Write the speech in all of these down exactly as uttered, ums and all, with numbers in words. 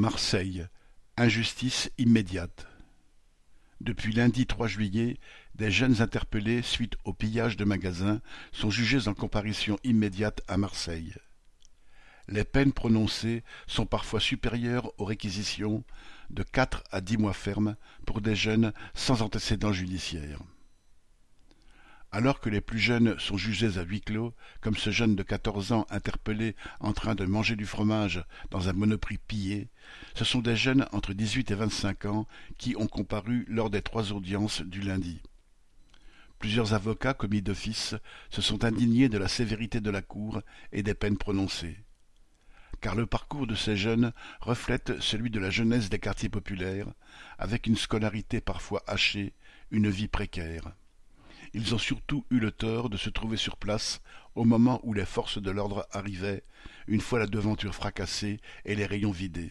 Marseille, injustice immédiate. Depuis lundi trois juillet, des jeunes interpellés suite au pillage de magasins sont jugés en comparution immédiate à Marseille. Les peines prononcées sont parfois supérieures aux réquisitions, de quatre à dix mois ferme pour des jeunes sans antécédents judiciaires. Alors que les plus jeunes sont jugés à huis clos, comme ce jeune de quatorze ans interpellé en train de manger du fromage dans un Monoprix pillé, ce sont des jeunes entre dix-huit et vingt-cinq ans qui ont comparu lors des trois audiences du lundi. Plusieurs avocats commis d'office se sont indignés de la sévérité de la Cour et des peines prononcées. Car le parcours de ces jeunes reflète celui de la jeunesse des quartiers populaires, avec une scolarité parfois hachée, une vie précaire. Ils ont surtout eu le tort de se trouver sur place au moment où les forces de l'ordre arrivaient, une fois la devanture fracassée et les rayons vidés.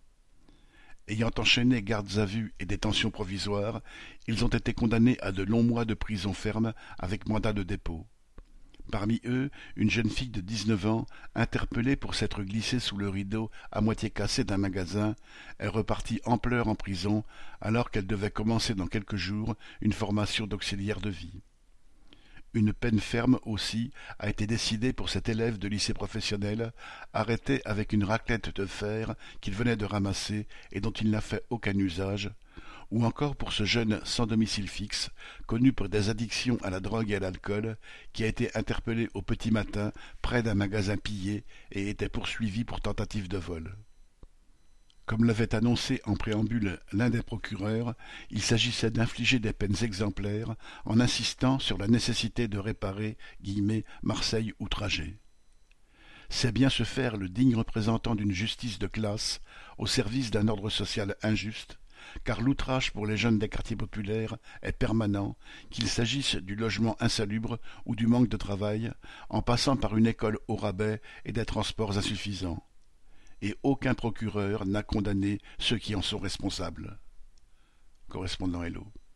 Ayant enchaîné gardes à vue et détention provisoire, ils ont été condamnés à de longs mois de prison ferme avec mandat de dépôt. Parmi eux, une jeune fille de dix-neuf ans, interpellée pour s'être glissée sous le rideau à moitié cassé d'un magasin, est repartie en pleurs en prison alors qu'elle devait commencer dans quelques jours une formation d'auxiliaire de vie. Une peine ferme aussi a été décidée pour cet élève de lycée professionnel, arrêté avec une raclette de fer qu'il venait de ramasser et dont il n'a fait aucun usage, ou encore pour ce jeune sans domicile fixe, connu pour des addictions à la drogue et à l'alcool, qui a été interpellé au petit matin près d'un magasin pillé et était poursuivi pour tentative de vol. Comme l'avait annoncé en préambule l'un des procureurs, il s'agissait d'infliger des peines exemplaires en insistant sur la nécessité de réparer guillemets, Marseille outragée. C'est bien se faire le digne représentant d'une justice de classe au service d'un ordre social injuste, car l'outrage pour les jeunes des quartiers populaires est permanent, qu'il s'agisse du logement insalubre ou du manque de travail, en passant par une école au rabais et des transports insuffisants. Et aucun procureur n'a condamné ceux qui en sont responsables. Correspondant Hello.